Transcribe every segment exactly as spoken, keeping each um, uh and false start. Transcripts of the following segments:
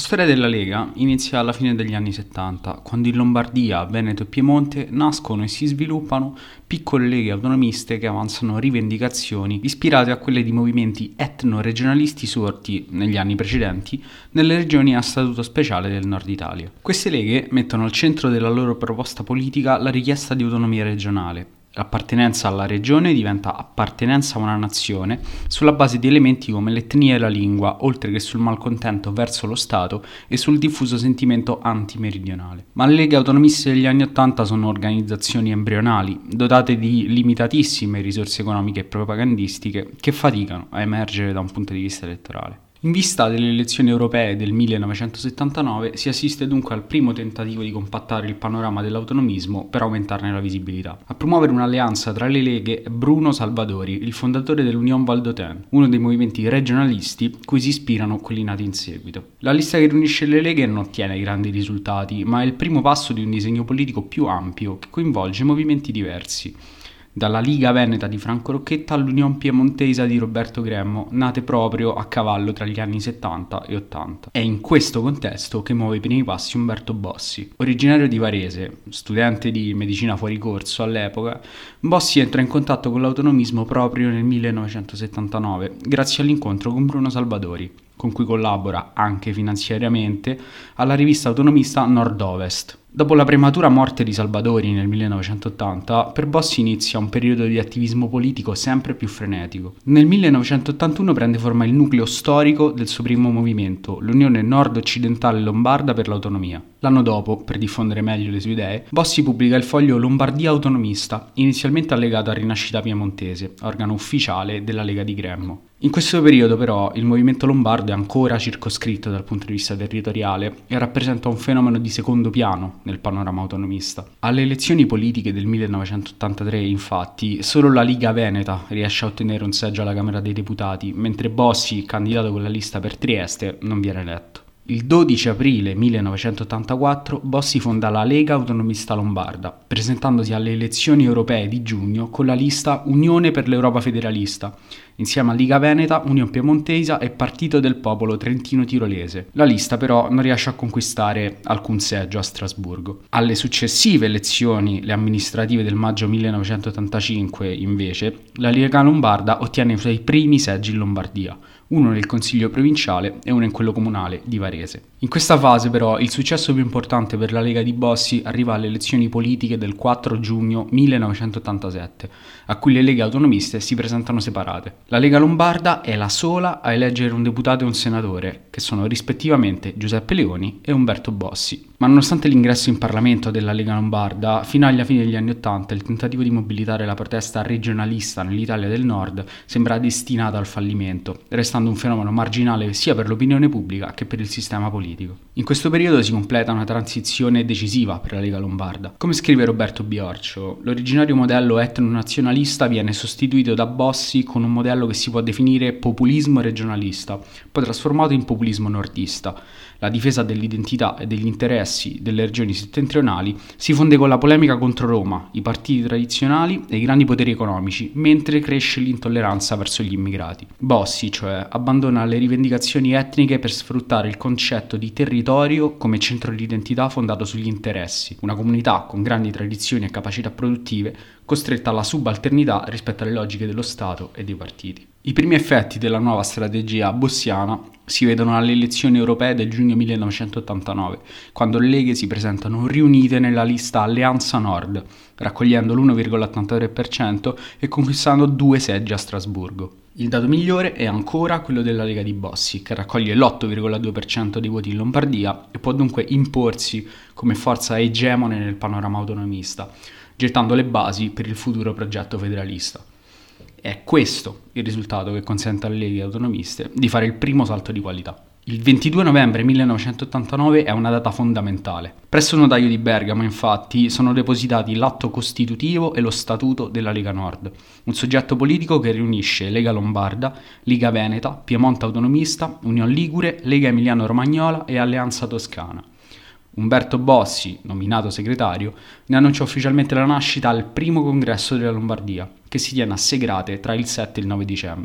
storia della Lega inizia alla fine degli anni settanta, quando in Lombardia, Veneto e Piemonte nascono e si sviluppano piccole leghe autonomiste che avanzano rivendicazioni ispirate a quelle di movimenti etno-regionalisti sorti negli anni precedenti nelle regioni a statuto speciale del nord Italia. Queste leghe mettono al centro della loro proposta politica la richiesta di autonomia regionale. L'appartenenza alla regione diventa appartenenza a una nazione sulla base di elementi come l'etnia e la lingua, oltre che sul malcontento verso lo Stato e sul diffuso sentimento anti-meridionale. Ma le leghe autonomiste degli anni Ottanta sono organizzazioni embrionali, dotate di limitatissime risorse economiche e propagandistiche, che faticano a emergere da un punto di vista elettorale. In vista delle elezioni europee del millenovecentosettantanove si assiste dunque al primo tentativo di compattare il panorama dell'autonomismo per aumentarne la visibilità. A promuovere un'alleanza tra le leghe è Bruno Salvadori, il fondatore dell'Union Valdôtaine, uno dei movimenti regionalisti cui si ispirano quelli nati in seguito. La lista che riunisce le leghe non ottiene grandi risultati, ma è il primo passo di un disegno politico più ampio che coinvolge movimenti diversi. Dalla Liga Veneta di Franco Rocchetta all'Union Piemontesa di Roberto Gremmo, nate proprio a cavallo tra gli anni settanta e ottanta. È in questo contesto che muove i primi passi Umberto Bossi. Originario di Varese, studente di medicina fuori corso all'epoca, Bossi entra in contatto con l'autonomismo proprio nel millenovecentosettantanove, grazie all'incontro con Bruno Salvadori, con cui collabora anche finanziariamente alla rivista autonomista Nord-Ovest. Dopo la prematura morte di Salvadori nel millenovecentottanta, per Bossi inizia un periodo di attivismo politico sempre più frenetico. Nel millenovecentottantuno prende forma il nucleo storico del suo primo movimento, l'Unione Nord-Occidentale Lombarda per l'Autonomia. L'anno dopo, per diffondere meglio le sue idee, Bossi pubblica il foglio Lombardia Autonomista, inizialmente allegato a Rinascita Piemontese, organo ufficiale della Lega di Gremmo. In questo periodo però il movimento lombardo è ancora circoscritto dal punto di vista territoriale e rappresenta un fenomeno di secondo piano nel panorama autonomista. Alle elezioni politiche del millenovecentottantatré, infatti, solo la Liga Veneta riesce a ottenere un seggio alla Camera dei Deputati, mentre Bossi, candidato con la lista per Trieste, non viene eletto. Il dodici aprile millenovecentottantaquattro Bossi fonda la Lega Autonomista Lombarda, presentandosi alle elezioni europee di giugno con la lista Unione per l'Europa Federalista, insieme a Liga Veneta, Union Piemontesa e Partito del Popolo Trentino-Tirolese. La lista però non riesce a conquistare alcun seggio a Strasburgo. Alle successive elezioni, le amministrative del maggio millenovecentottantacinque, invece, la Lega Lombarda ottiene i suoi primi seggi in Lombardia, uno nel Consiglio provinciale e uno in quello comunale di Varese. In questa fase però il successo più importante per la Lega di Bossi arriva alle elezioni politiche del quattro giugno millenovecentottantasette, a cui le leghe autonomiste si presentano separate. La Lega Lombarda è la sola a eleggere un deputato e un senatore, che sono rispettivamente Giuseppe Leoni e Umberto Bossi. Ma nonostante l'ingresso in Parlamento della Lega Lombarda, fino alla fine degli anni Ottanta il tentativo di mobilitare la protesta regionalista nell'Italia del Nord sembra destinato al fallimento, restando un fenomeno marginale sia per l'opinione pubblica che per il sistema politico. In questo periodo si completa una transizione decisiva per la Lega Lombarda. Come scrive Roberto Biorcio, l'originario modello etno-nazionalista viene sostituito da Bossi con un modello che si può definire populismo regionalista, poi trasformato in populismo nordista. La difesa dell'identità e degli interessi delle regioni settentrionali si fonde con la polemica contro Roma, i partiti tradizionali e i grandi poteri economici, mentre cresce l'intolleranza verso gli immigrati. Bossi, cioè, abbandona le rivendicazioni etniche per sfruttare il concetto di territorio come centro di identità fondato sugli interessi, una comunità con grandi tradizioni e capacità produttive costretta alla subalternità rispetto alle logiche dello Stato e dei partiti. I primi effetti della nuova strategia bossiana si vedono alle elezioni europee del giugno millenovecentottantanove, quando le leghe si presentano riunite nella lista Alleanza Nord, raccogliendo l'uno virgola ottantatré per cento e conquistando due seggi a Strasburgo. Il dato migliore è ancora quello della Lega di Bossi, che raccoglie l'otto virgola due per cento dei voti in Lombardia e può dunque imporsi come forza egemone nel panorama autonomista, gettando le basi per il futuro progetto federalista. È questo il risultato che consente alle leghe autonomiste di fare il primo salto di qualità. Il ventidue novembre millenovecentottantanove è una data fondamentale. Presso il notaio di Bergamo, infatti, sono depositati l'atto costitutivo e lo statuto della Lega Nord, un soggetto politico che riunisce Lega Lombarda, Liga Veneta, Piemonte Autonomista, Union Ligure, Lega Emiliano-Romagnola e Alleanza Toscana. Umberto Bossi, nominato segretario, ne annunciò ufficialmente la nascita al primo congresso della Lombardia, che si tiene a Segrate tra il sette e il nove dicembre.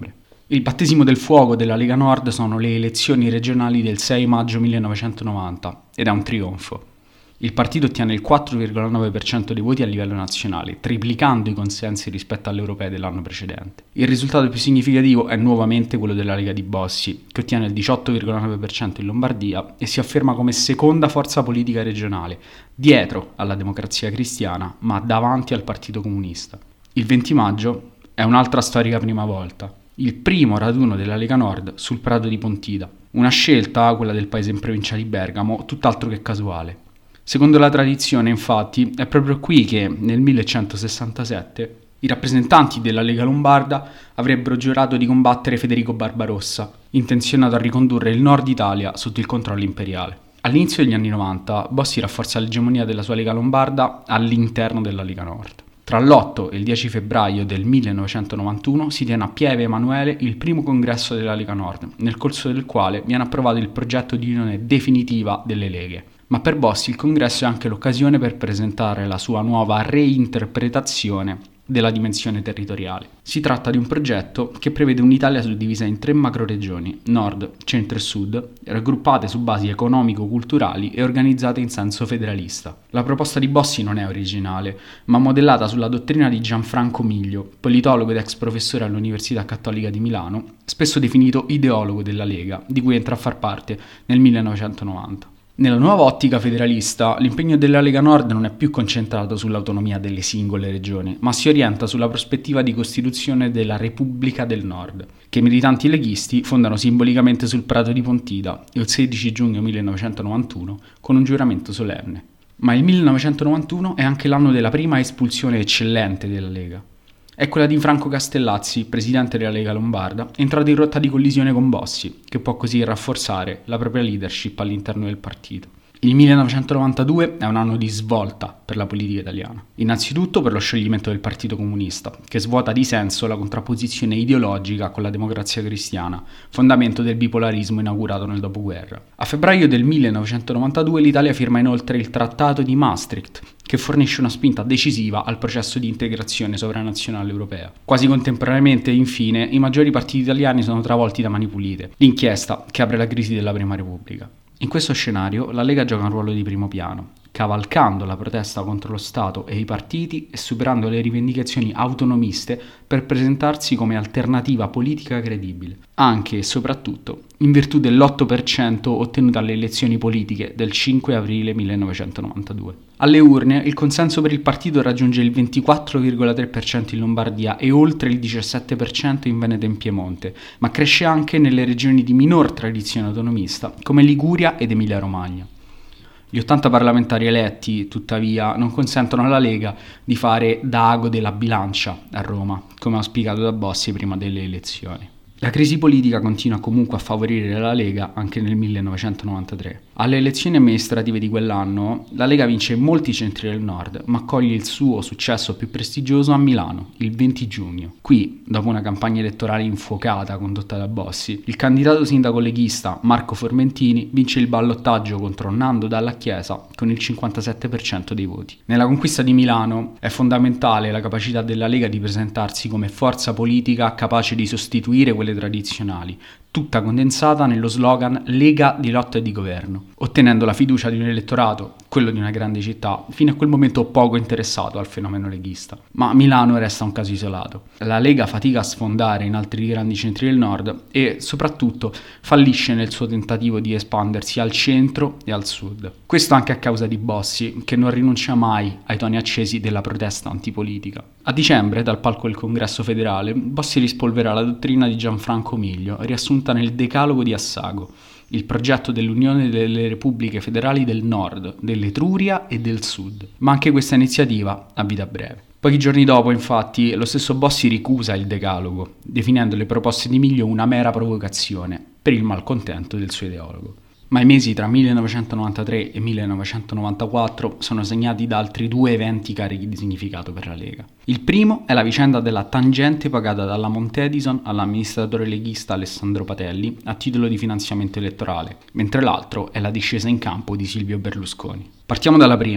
Il battesimo del fuoco della Lega Nord sono le elezioni regionali del sei maggio millenovecentonovanta ed è un trionfo. Il partito ottiene il quattro virgola nove per cento dei voti a livello nazionale, triplicando i consensi rispetto alle europee dell'anno precedente. Il risultato più significativo è nuovamente quello della Lega di Bossi, che ottiene il diciotto virgola nove per cento in Lombardia e si afferma come seconda forza politica regionale, dietro alla Democrazia Cristiana, ma davanti al Partito Comunista. Il venti maggio è un'altra storica prima volta. Il primo raduno della Lega Nord sul prato di Pontida. Una scelta, quella del paese in provincia di Bergamo, tutt'altro che casuale. Secondo la tradizione, infatti, è proprio qui che, nel millecentosessantasette, i rappresentanti della Lega Lombarda avrebbero giurato di combattere Federico Barbarossa, intenzionato a ricondurre il nord Italia sotto il controllo imperiale. All'inizio degli anni novanta, Bossi rafforza l'egemonia della sua Lega Lombarda all'interno della Lega Nord. Tra l'otto e il dieci febbraio del millenovecentonovantuno si tiene a Pieve Emanuele il primo congresso della Lega Nord, nel corso del quale viene approvato il progetto di unione definitiva delle leghe. Ma per Bossi il congresso è anche l'occasione per presentare la sua nuova reinterpretazione della dimensione territoriale. Si tratta di un progetto che prevede un'Italia suddivisa in tre macroregioni, nord, centro e sud, raggruppate su basi economico-culturali e organizzate in senso federalista. La proposta di Bossi non è originale, ma modellata sulla dottrina di Gianfranco Miglio, politologo ed ex professore all'Università Cattolica di Milano, spesso definito ideologo della Lega, di cui entra a far parte nel millenovecentonovanta. Nella nuova ottica federalista, l'impegno della Lega Nord non è più concentrato sull'autonomia delle singole regioni, ma si orienta sulla prospettiva di costituzione della Repubblica del Nord, che i militanti leghisti fondano simbolicamente sul prato di Pontida il sedici giugno millenovecentonovantuno con un giuramento solenne. Ma il millenovecentonovantuno è anche l'anno della prima espulsione eccellente della Lega. È quella di Franco Castellazzi, presidente della Lega Lombarda, entrato in rotta di collisione con Bossi, che può così rafforzare la propria leadership all'interno del partito. Il millenovecentonovantadue è un anno di svolta per la politica italiana. Innanzitutto per lo scioglimento del Partito Comunista, che svuota di senso la contrapposizione ideologica con la Democrazia Cristiana, fondamento del bipolarismo inaugurato nel dopoguerra. A febbraio del millenovecentonovantadue l'Italia firma inoltre il Trattato di Maastricht, che fornisce una spinta decisiva al processo di integrazione sovranazionale europea. Quasi contemporaneamente, infine, i maggiori partiti italiani sono travolti da Mani Pulite, l'inchiesta che apre la crisi della Prima Repubblica. In questo scenario la Lega gioca un ruolo di primo piano, cavalcando la protesta contro lo Stato e i partiti e superando le rivendicazioni autonomiste per presentarsi come alternativa politica credibile, anche e soprattutto in virtù dell'otto per cento ottenuto alle elezioni politiche del cinque aprile millenovecentonovantadue. Alle urne il consenso per il partito raggiunge il ventiquattro virgola tre per cento in Lombardia e oltre il diciassette per cento in Veneto e in Piemonte, ma cresce anche nelle regioni di minor tradizione autonomista come Liguria ed Emilia-Romagna. Gli ottanta parlamentari eletti, tuttavia, non consentono alla Lega di fare da ago della bilancia a Roma, come auspicato da Bossi prima delle elezioni. La crisi politica continua comunque a favorire la Lega anche nel millenovecentonovantatré. Alle elezioni amministrative di quell'anno la Lega vince molti centri del nord, ma coglie il suo successo più prestigioso a Milano, il venti giugno. Qui, dopo una campagna elettorale infuocata condotta da Bossi, il candidato sindaco leghista Marco Formentini vince il ballottaggio contro Nando Dalla Chiesa con il cinquantasette per cento dei voti. Nella conquista di Milano è fondamentale la capacità della Lega di presentarsi come forza politica capace di sostituire quelle tradizionali, tutta condensata nello slogan Lega di lotta e di governo, ottenendo la fiducia di un elettorato, quello di una grande città, fino a quel momento poco interessato al fenomeno leghista. Ma Milano resta un caso isolato. La Lega fatica a sfondare in altri grandi centri del nord e soprattutto fallisce nel suo tentativo di espandersi al centro e al sud. Questo anche a causa di Bossi, che non rinuncia mai ai toni accesi della protesta antipolitica. A dicembre, dal palco del Congresso federale, Bossi rispolverà la dottrina di Gianfranco Miglio, riassunta nel Decalogo di Assago, il progetto dell'Unione delle Repubbliche Federali del Nord, dell'Etruria e del Sud. Ma anche questa iniziativa ha vita breve. Pochi giorni dopo, infatti, lo stesso Bossi ricusa il Decalogo, definendo le proposte di Miglio una mera provocazione per il malcontento del suo ideologo. Ma i mesi tra millenovecentonovantatré e millenovecentonovantaquattro sono segnati da altri due eventi carichi di significato per la Lega. Il primo è la vicenda della tangente pagata dalla Montedison all'amministratore leghista Alessandro Patelli a titolo di finanziamento elettorale, mentre l'altro è la discesa in campo di Silvio Berlusconi. Partiamo dalla prima.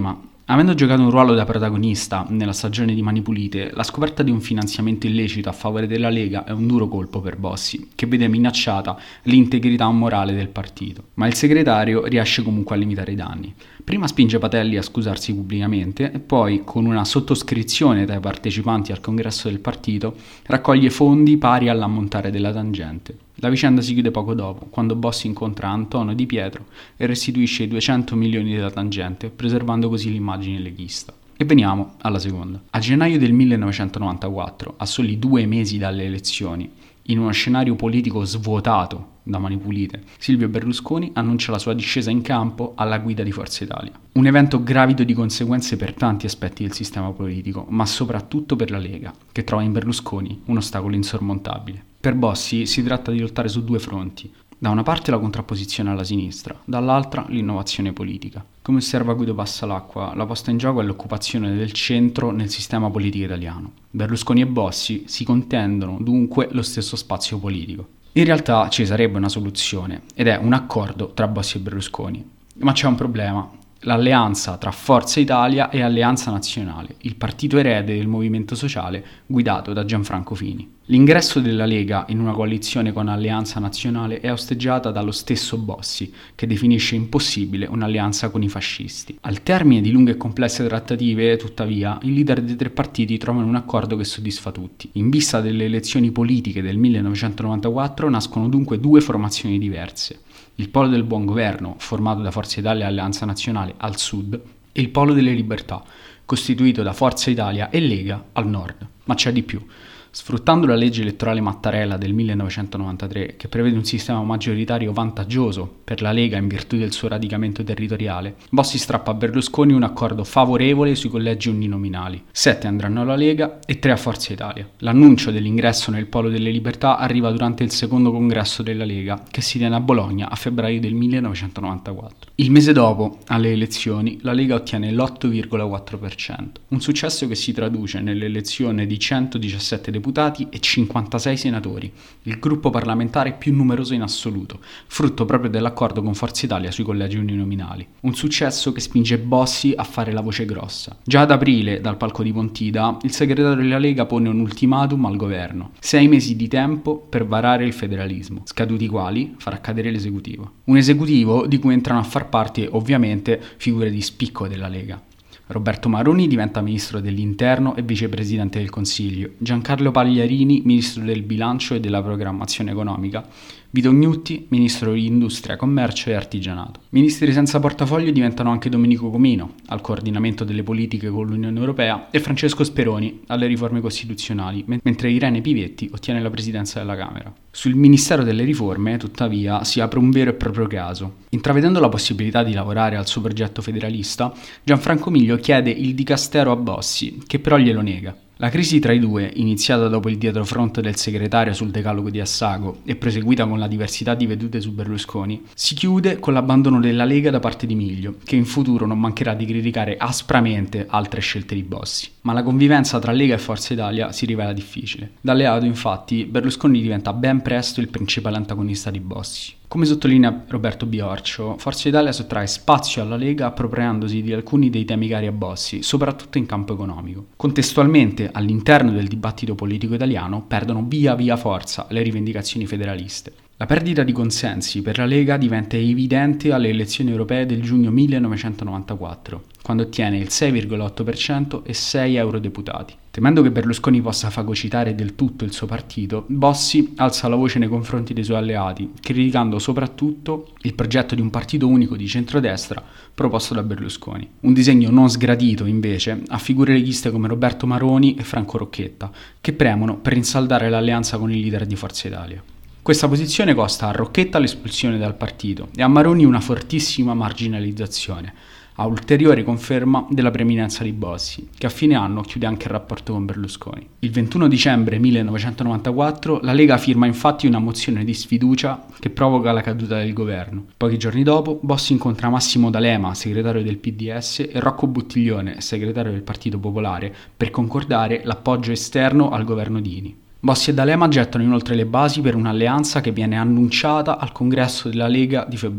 Avendo giocato un ruolo da protagonista nella stagione di Mani Pulite, la scoperta di un finanziamento illecito a favore della Lega è un duro colpo per Bossi, che vede minacciata l'integrità morale del partito. Ma il segretario riesce comunque a limitare i danni. Prima spinge Patelli a scusarsi pubblicamente e poi, con una sottoscrizione dai partecipanti al congresso del partito, raccoglie fondi pari all'ammontare della tangente. La vicenda si chiude poco dopo, quando Bossi incontra Antonio Di Pietro e restituisce i duecento milioni della tangente, preservando così l'immagine leghista. E veniamo alla seconda. A gennaio del millenovecentonovantaquattro, a soli due mesi dalle elezioni, in uno scenario politico svuotato da Mani Pulite, Silvio Berlusconi annuncia la sua discesa in campo alla guida di Forza Italia. Un evento gravido di conseguenze per tanti aspetti del sistema politico, ma soprattutto per la Lega, che trova in Berlusconi un ostacolo insormontabile. Per Bossi si tratta di lottare su due fronti. Da una parte la contrapposizione alla sinistra, dall'altra l'innovazione politica. Come osserva Guido Passalacqua, la posta in gioco è l'occupazione del centro nel sistema politico italiano. Berlusconi e Bossi si contendono dunque lo stesso spazio politico. In realtà ci sarebbe una soluzione, ed è un accordo tra Bossi e Berlusconi. Ma c'è un problema. L'alleanza tra Forza Italia e Alleanza Nazionale, il partito erede del movimento sociale guidato da Gianfranco Fini. L'ingresso della Lega in una coalizione con Alleanza Nazionale è osteggiata dallo stesso Bossi, che definisce impossibile un'alleanza con i fascisti. Al termine di lunghe e complesse trattative, tuttavia, i leader dei tre partiti trovano un accordo che soddisfa tutti. In vista delle elezioni politiche del millenovecentonovantaquattro nascono dunque due formazioni diverse. Il Polo del Buon Governo, formato da Forza Italia e Alleanza Nazionale al sud, e il Polo delle Libertà, costituito da Forza Italia e Lega al nord. Ma c'è di più. Sfruttando la legge elettorale Mattarella del millenovecentonovantatré, che prevede un sistema maggioritario vantaggioso per la Lega in virtù del suo radicamento territoriale, Bossi strappa a Berlusconi un accordo favorevole sui collegi uninominali. Sette andranno alla Lega e tre a Forza Italia. L'annuncio dell'ingresso nel Polo delle Libertà arriva durante il secondo congresso della Lega, che si tiene a Bologna a febbraio del millenovecentonovantaquattro. Il mese dopo, alle elezioni, la Lega ottiene l'otto virgola quattro per cento, un successo che si traduce nell'elezione di centodiciassette deputati e cinquantasei senatori, il gruppo parlamentare più numeroso in assoluto, frutto proprio dell'accordo con Forza Italia sui collegi uninominali. Un successo che spinge Bossi a fare la voce grossa. Già ad aprile, dal palco di Pontida, il segretario della Lega pone un ultimatum al governo: sei mesi di tempo per varare il federalismo, scaduti i quali farà cadere l'esecutivo. Un esecutivo di cui entrano a far parte, ovviamente, figure di spicco della Lega. Roberto Maroni diventa ministro dell'Interno e vicepresidente del Consiglio, Giancarlo Pagliarini ministro del Bilancio e della Programmazione Economica, Vito Gnutti ministro di Industria, Commercio e Artigianato. Ministri senza portafoglio diventano anche Domenico Comino, al coordinamento delle politiche con l'Unione Europea, e Francesco Speroni, alle riforme costituzionali, mentre Irene Pivetti ottiene la presidenza della Camera. Sul Ministero delle Riforme, tuttavia, si apre un vero e proprio caso. Intravedendo la possibilità di lavorare al suo progetto federalista, Gianfranco Miglio chiede il dicastero a Bossi, che però glielo nega. La crisi tra i due, iniziata dopo il dietrofront del segretario sul decalogo di Assago e proseguita con la diversità di vedute su Berlusconi, si chiude con l'abbandono della Lega da parte di Miglio, che in futuro non mancherà di criticare aspramente altre scelte di Bossi. Ma la convivenza tra Lega e Forza Italia si rivela difficile. Da alleato, infatti, Berlusconi diventa ben presto il principale antagonista di Bossi. Come sottolinea Roberto Biorcio, Forza Italia sottrae spazio alla Lega appropriandosi di alcuni dei temi cari a Bossi, soprattutto in campo economico. Contestualmente, all'interno del dibattito politico italiano, perdono via via forza le rivendicazioni federaliste. La perdita di consensi per la Lega diventa evidente alle elezioni europee del giugno millenovecentonovantaquattro, quando ottiene il sei virgola otto per cento e sei eurodeputati. Temendo che Berlusconi possa fagocitare del tutto il suo partito, Bossi alza la voce nei confronti dei suoi alleati, criticando soprattutto il progetto di un partito unico di centrodestra proposto da Berlusconi. Un disegno non sgradito, invece, a figure leghiste come Roberto Maroni e Franco Rocchetta, che premono per rinsaldare l'alleanza con il leader di Forza Italia. Questa posizione costa a Rocchetta l'espulsione dal partito e a Maroni una fortissima marginalizzazione, a ulteriore conferma della preminenza di Bossi, che a fine anno chiude anche il rapporto con Berlusconi. Il ventuno dicembre millenovecentonovantaquattro la Lega firma infatti una mozione di sfiducia che provoca la caduta del governo. Pochi giorni dopo Bossi incontra Massimo D'Alema, segretario del P D S, e Rocco Buttiglione, segretario del Partito Popolare, per concordare l'appoggio esterno al governo Dini. Bossi e D'Alema gettano inoltre le basi per un'alleanza che viene annunciata al congresso della Lega di febbraio.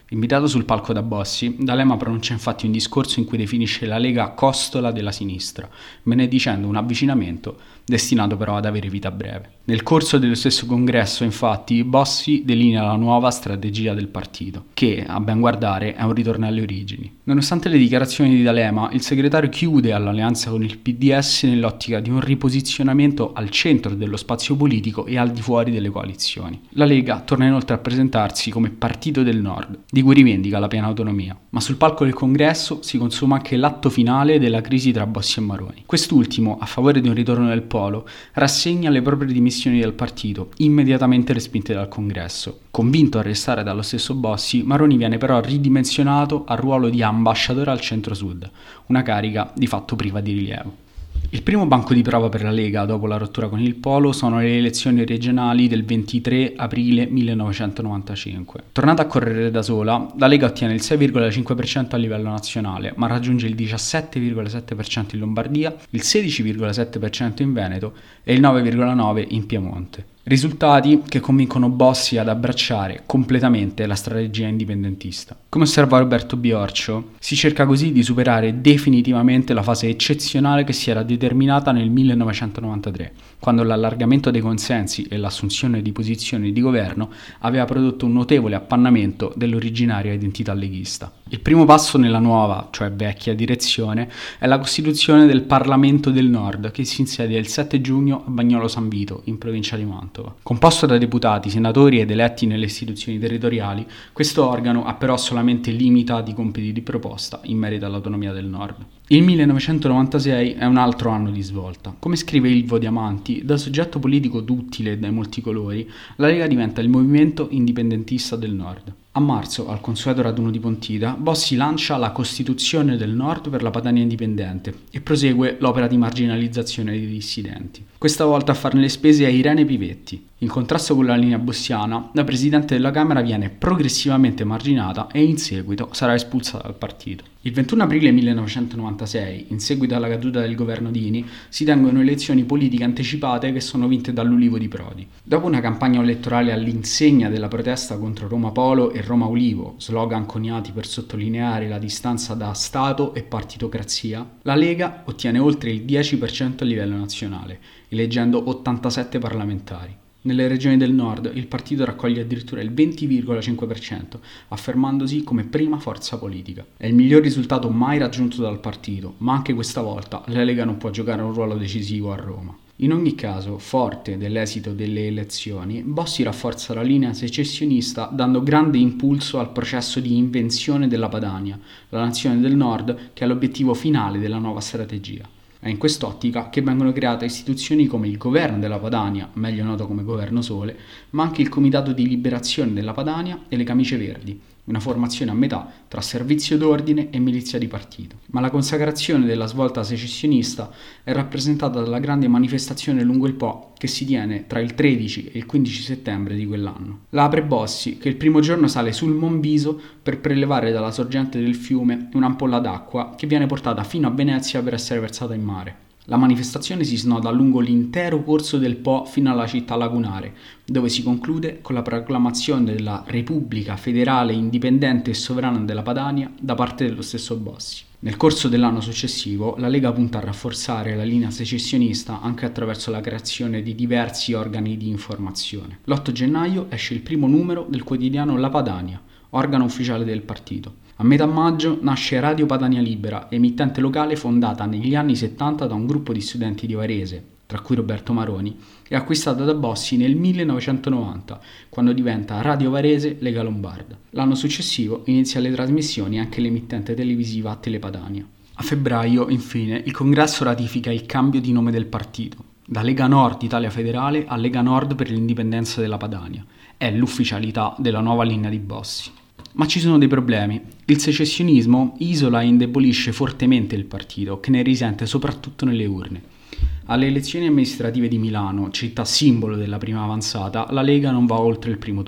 Invitato sul palco da Bossi, D'Alema pronuncia infatti un discorso in cui definisce la Lega costola della sinistra, benedicendo un avvicinamento destinato però ad avere vita breve. Nel corso dello stesso congresso, infatti, Bossi delinea la nuova strategia del partito, che, a ben guardare, è un ritorno alle origini. Nonostante le dichiarazioni di D'Alema, il segretario chiude all'alleanza con il P D S nell'ottica di un riposizionamento al centro dello spazio politico e al di fuori delle coalizioni. La Lega torna inoltre a presentarsi come partito del Nord, di cui rivendica la piena autonomia. Ma sul palco del congresso si consuma anche l'atto finale della crisi tra Bossi e Maroni. Quest'ultimo, a favore di un ritorno del polo, rassegna le proprie dimissioni dal partito, immediatamente respinte dal congresso. Convinto a restare dallo stesso Bossi, Maroni viene però ridimensionato al ruolo di ambasciatore al centro-sud, una carica di fatto priva di rilievo. Il primo banco di prova per la Lega dopo la rottura con il Polo sono le elezioni regionali del ventitré aprile millenovecentonovantacinque. Tornata a correre da sola, la Lega ottiene il sei virgola cinque per cento a livello nazionale, ma raggiunge il diciassette virgola sette per cento in Lombardia, il sedici virgola sette per cento in Veneto e il nove virgola nove per cento in Piemonte. Risultati che convincono Bossi ad abbracciare completamente la strategia indipendentista. Come osserva Roberto Biorcio, si cerca così di superare definitivamente la fase eccezionale che si era determinata nel millenovecentonovantatré, quando l'allargamento dei consensi e l'assunzione di posizioni di governo aveva prodotto un notevole appannamento dell'originaria identità leghista. Il primo passo nella nuova, cioè vecchia direzione, è la costituzione del Parlamento del Nord, che si insedia il sette giugno a Bagnolo San Vito, in provincia di Mantova. Composto da deputati, senatori ed eletti nelle istituzioni territoriali, questo organo ha però solamente limitati compiti di proposta in merito all'autonomia del Nord. Il millenovecentonovantasei è un altro anno di svolta. Come scrive Ilvo Diamanti, da soggetto politico duttile e dai molti colori, la Lega diventa il movimento indipendentista del Nord. A marzo, al consueto raduno di Pontida, Bossi lancia la Costituzione del Nord per la Padania indipendente e prosegue l'opera di marginalizzazione dei dissidenti. Questa volta a farne le spese è Irene Pivetti. In contrasto con la linea bossiana, la Presidente della Camera viene progressivamente marginata e in seguito sarà espulsa dal partito. Il ventuno aprile millenovecentonovantasei, in seguito alla caduta del governo Dini, si tengono elezioni politiche anticipate che sono vinte dall'Ulivo di Prodi. Dopo una campagna elettorale all'insegna della protesta contro Roma Polo e Roma Ulivo, slogan coniati per sottolineare la distanza da Stato e partitocrazia, la Lega ottiene oltre il dieci per cento a livello nazionale, eleggendo ottantasette parlamentari. Nelle regioni del nord il partito raccoglie addirittura il venti virgola cinque per cento, affermandosi come prima forza politica. È il miglior risultato mai raggiunto dal partito, ma anche questa volta la Lega non può giocare un ruolo decisivo a Roma. In ogni caso, forte dell'esito delle elezioni, Bossi rafforza la linea secessionista dando grande impulso al processo di invenzione della Padania, la nazione del nord che è l'obiettivo finale della nuova strategia. È in quest'ottica che vengono create istituzioni come il Governo della Padania, meglio noto come Governo Sole, ma anche il Comitato di Liberazione della Padania e le Camicie Verdi, una formazione a metà tra servizio d'ordine e milizia di partito. Ma la consacrazione della svolta secessionista è rappresentata dalla grande manifestazione lungo il Po che si tiene tra il tredici e il quindici settembre di quell'anno. La apre Bossi, che il primo giorno sale sul Monviso per prelevare dalla sorgente del fiume un'ampolla d'acqua che viene portata fino a Venezia per essere versata in mare. La manifestazione si snoda lungo l'intero corso del Po fino alla città lagunare, dove si conclude con la proclamazione della Repubblica Federale Indipendente e Sovrana della Padania da parte dello stesso Bossi. Nel corso dell'anno successivo, la Lega punta a rafforzare la linea secessionista anche attraverso la creazione di diversi organi di informazione. L'otto gennaio esce il primo numero del quotidiano La Padania, organo ufficiale del partito. A metà maggio nasce Radio Padania Libera, emittente locale fondata negli anni settanta da un gruppo di studenti di Varese, tra cui Roberto Maroni, e acquistata da Bossi nel millenovecentonovanta, quando diventa Radio Varese Lega Lombarda. L'anno successivo inizia le trasmissioni anche l'emittente televisiva Telepadania. A febbraio, infine, il congresso ratifica il cambio di nome del partito, da Lega Nord Italia Federale a Lega Nord per l'indipendenza della Padania. È l'ufficialità della nuova linea di Bossi. Ma ci sono dei problemi. Il secessionismo isola e indebolisce fortemente il partito, che ne risente soprattutto nelle urne. Alle elezioni amministrative di Milano, città simbolo della prima avanzata, la Lega non va oltre il primo turno.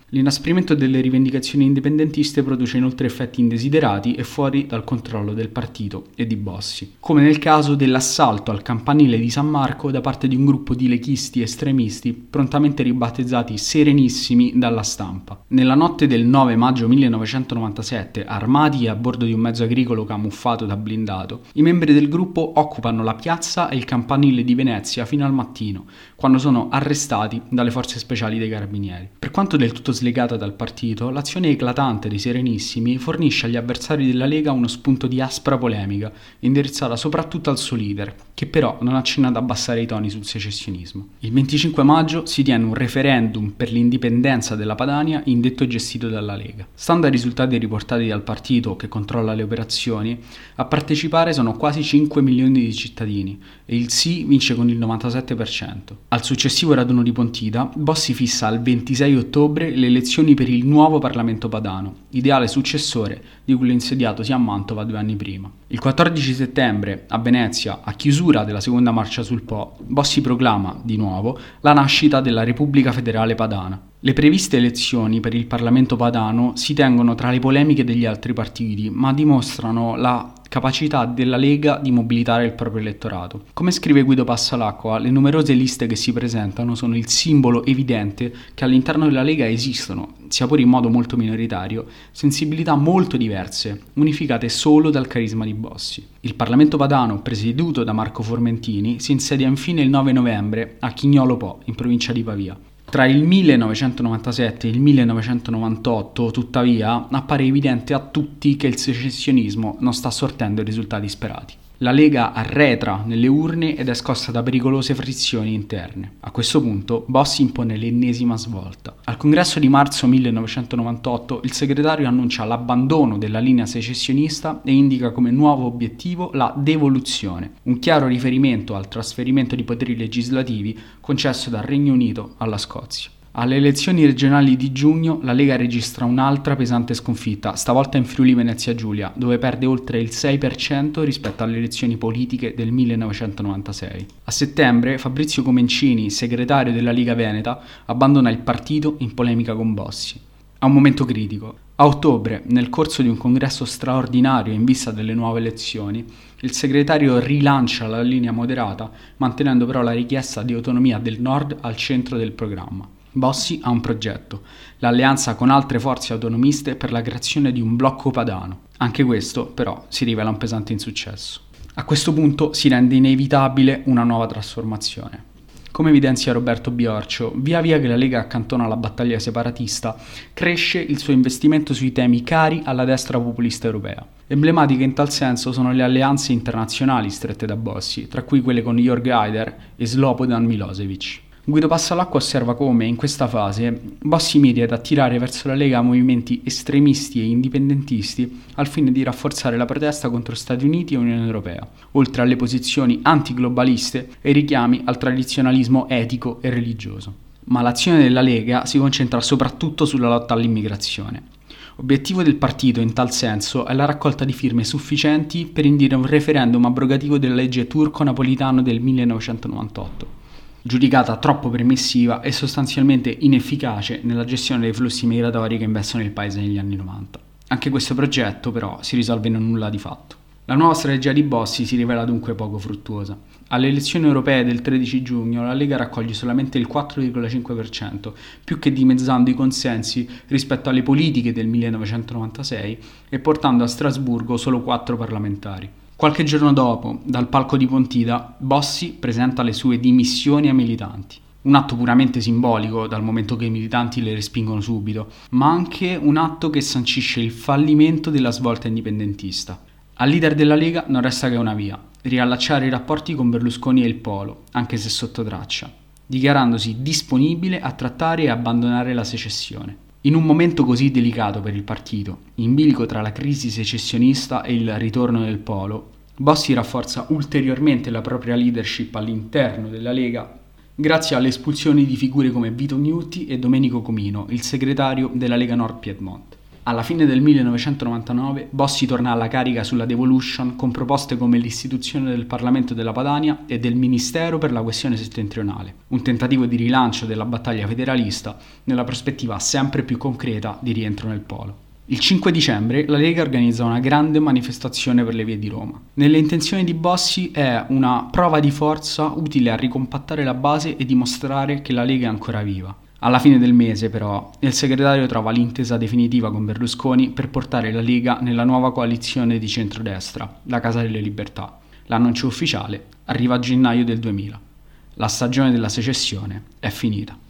L'inasprimento delle rivendicazioni indipendentiste produce inoltre effetti indesiderati e fuori dal controllo del partito e di Bossi, come nel caso dell'assalto al campanile di San Marco da parte di un gruppo di leghisti estremisti prontamente ribattezzati Serenissimi dalla stampa. Nella notte del nove maggio millenovecentonovantasette, armati e a bordo di un mezzo agricolo camuffato da blindato, i membri del gruppo occupano la piazza e il campanile di Venezia fino al mattino, quando sono arrestati dalle forze speciali dei carabinieri. Per quanto del tutto slegata dal partito, l'azione eclatante dei Serenissimi fornisce agli avversari della Lega uno spunto di aspra polemica, indirizzata soprattutto al suo leader, che però non accenna ad abbassare i toni sul secessionismo. Il venticinque maggio si tiene un referendum per l'indipendenza della Padania indetto e gestito dalla Lega. Stando ai risultati riportati dal partito che controlla le operazioni, a partecipare sono quasi cinque milioni di cittadini e il sì vince con il novantasette per cento. Al successivo raduno di Pontida, Bossi fissa al ventisei ottobre le elezioni per il nuovo Parlamento padano, ideale successore di quello insediatosi a Mantova due anni prima. Il quattordici settembre, a Venezia, a chiusura della seconda marcia sul Po, Bossi proclama, di nuovo, la nascita della Repubblica Federale Padana. Le previste elezioni per il Parlamento padano si tengono tra le polemiche degli altri partiti, ma dimostrano la capacità della Lega di mobilitare il proprio elettorato. Come scrive Guido Passalacqua, le numerose liste che si presentano sono il simbolo evidente che all'interno della Lega esistono, sia pure in modo molto minoritario, sensibilità molto diverse, unificate solo dal carisma di Bossi. Il Parlamento padano, presieduto da Marco Formentini, si insedia infine il nove novembre a Chignolo Po, in provincia di Pavia. Tra il millenovecentonovantasette e il millenovecentonovantotto, tuttavia, appare evidente a tutti che il secessionismo non sta sortendo i risultati sperati. La Lega arretra nelle urne ed è scossa da pericolose frizioni interne. A questo punto Bossi impone l'ennesima svolta. Al congresso di marzo millenovecentonovantotto il segretario annuncia l'abbandono della linea secessionista e indica come nuovo obiettivo la devoluzione, un chiaro riferimento al trasferimento di poteri legislativi concesso dal Regno Unito alla Scozia. Alle elezioni regionali di giugno la Lega registra un'altra pesante sconfitta, stavolta in Friuli Venezia Giulia, dove perde oltre il sei per cento rispetto alle elezioni politiche del millenovecentonovantasei. A settembre Fabrizio Comencini, segretario della Lega Veneta, abbandona il partito in polemica con Bossi. A un momento critico. A ottobre, nel corso di un congresso straordinario in vista delle nuove elezioni, il segretario rilancia la linea moderata, mantenendo però la richiesta di autonomia del Nord al centro del programma. Bossi ha un progetto, l'alleanza con altre forze autonomiste per la creazione di un blocco padano. Anche questo, però, si rivela un pesante insuccesso. A questo punto si rende inevitabile una nuova trasformazione. Come evidenzia Roberto Biorcio, via via che la Lega accantona la battaglia separatista, cresce il suo investimento sui temi cari alla destra populista europea. Emblematiche in tal senso sono le alleanze internazionali strette da Bossi, tra cui quelle con Jörg Haider e Slobodan Milosevic. Guido Passalacqua osserva come, in questa fase, Bossi miri ad attirare verso la Lega movimenti estremisti e indipendentisti al fine di rafforzare la protesta contro Stati Uniti e Unione Europea, oltre alle posizioni antiglobaliste e i richiami al tradizionalismo etico e religioso. Ma l'azione della Lega si concentra soprattutto sulla lotta all'immigrazione. Obiettivo del partito in tal senso è la raccolta di firme sufficienti per indire un referendum abrogativo della legge turco-napolitano del millenovecentonovantotto. Giudicata troppo permissiva e sostanzialmente inefficace nella gestione dei flussi migratori che investono il paese negli anni novanta. Anche questo progetto, però, si risolve in un nulla di fatto. La nuova strategia di Bossi si rivela dunque poco fruttuosa. Alle elezioni europee del tredici giugno la Lega raccoglie solamente il quattro virgola cinque per cento, più che dimezzando i consensi rispetto alle politiche del millenovecentonovantasei e portando a Strasburgo solo quattro parlamentari. Qualche giorno dopo, dal palco di Pontida, Bossi presenta le sue dimissioni ai militanti. Un atto puramente simbolico, dal momento che i militanti le respingono subito, ma anche un atto che sancisce il fallimento della svolta indipendentista. Al leader della Lega non resta che una via: riallacciare i rapporti con Berlusconi e il Polo, anche se sotto traccia, dichiarandosi disponibile a trattare e abbandonare la secessione. In un momento così delicato per il partito, in bilico tra la crisi secessionista e il ritorno del Polo, Bossi rafforza ulteriormente la propria leadership all'interno della Lega grazie alle espulsioni di figure come Vito Gnutti e Domenico Comino, il segretario della Lega Nord Piedmont. Alla fine del millenovecentonovantanove Bossi torna alla carica sulla devolution con proposte come l'istituzione del Parlamento della Padania e del Ministero per la questione settentrionale, un tentativo di rilancio della battaglia federalista nella prospettiva sempre più concreta di rientro nel polo. Il cinque dicembre la Lega organizza una grande manifestazione per le vie di Roma. Nelle intenzioni di Bossi è una prova di forza utile a ricompattare la base e dimostrare che la Lega è ancora viva. Alla fine del mese, però, il segretario trova l'intesa definitiva con Berlusconi per portare la Lega nella nuova coalizione di centrodestra, la Casa delle Libertà. L'annuncio ufficiale arriva a gennaio del duemila. La stagione della secessione è finita.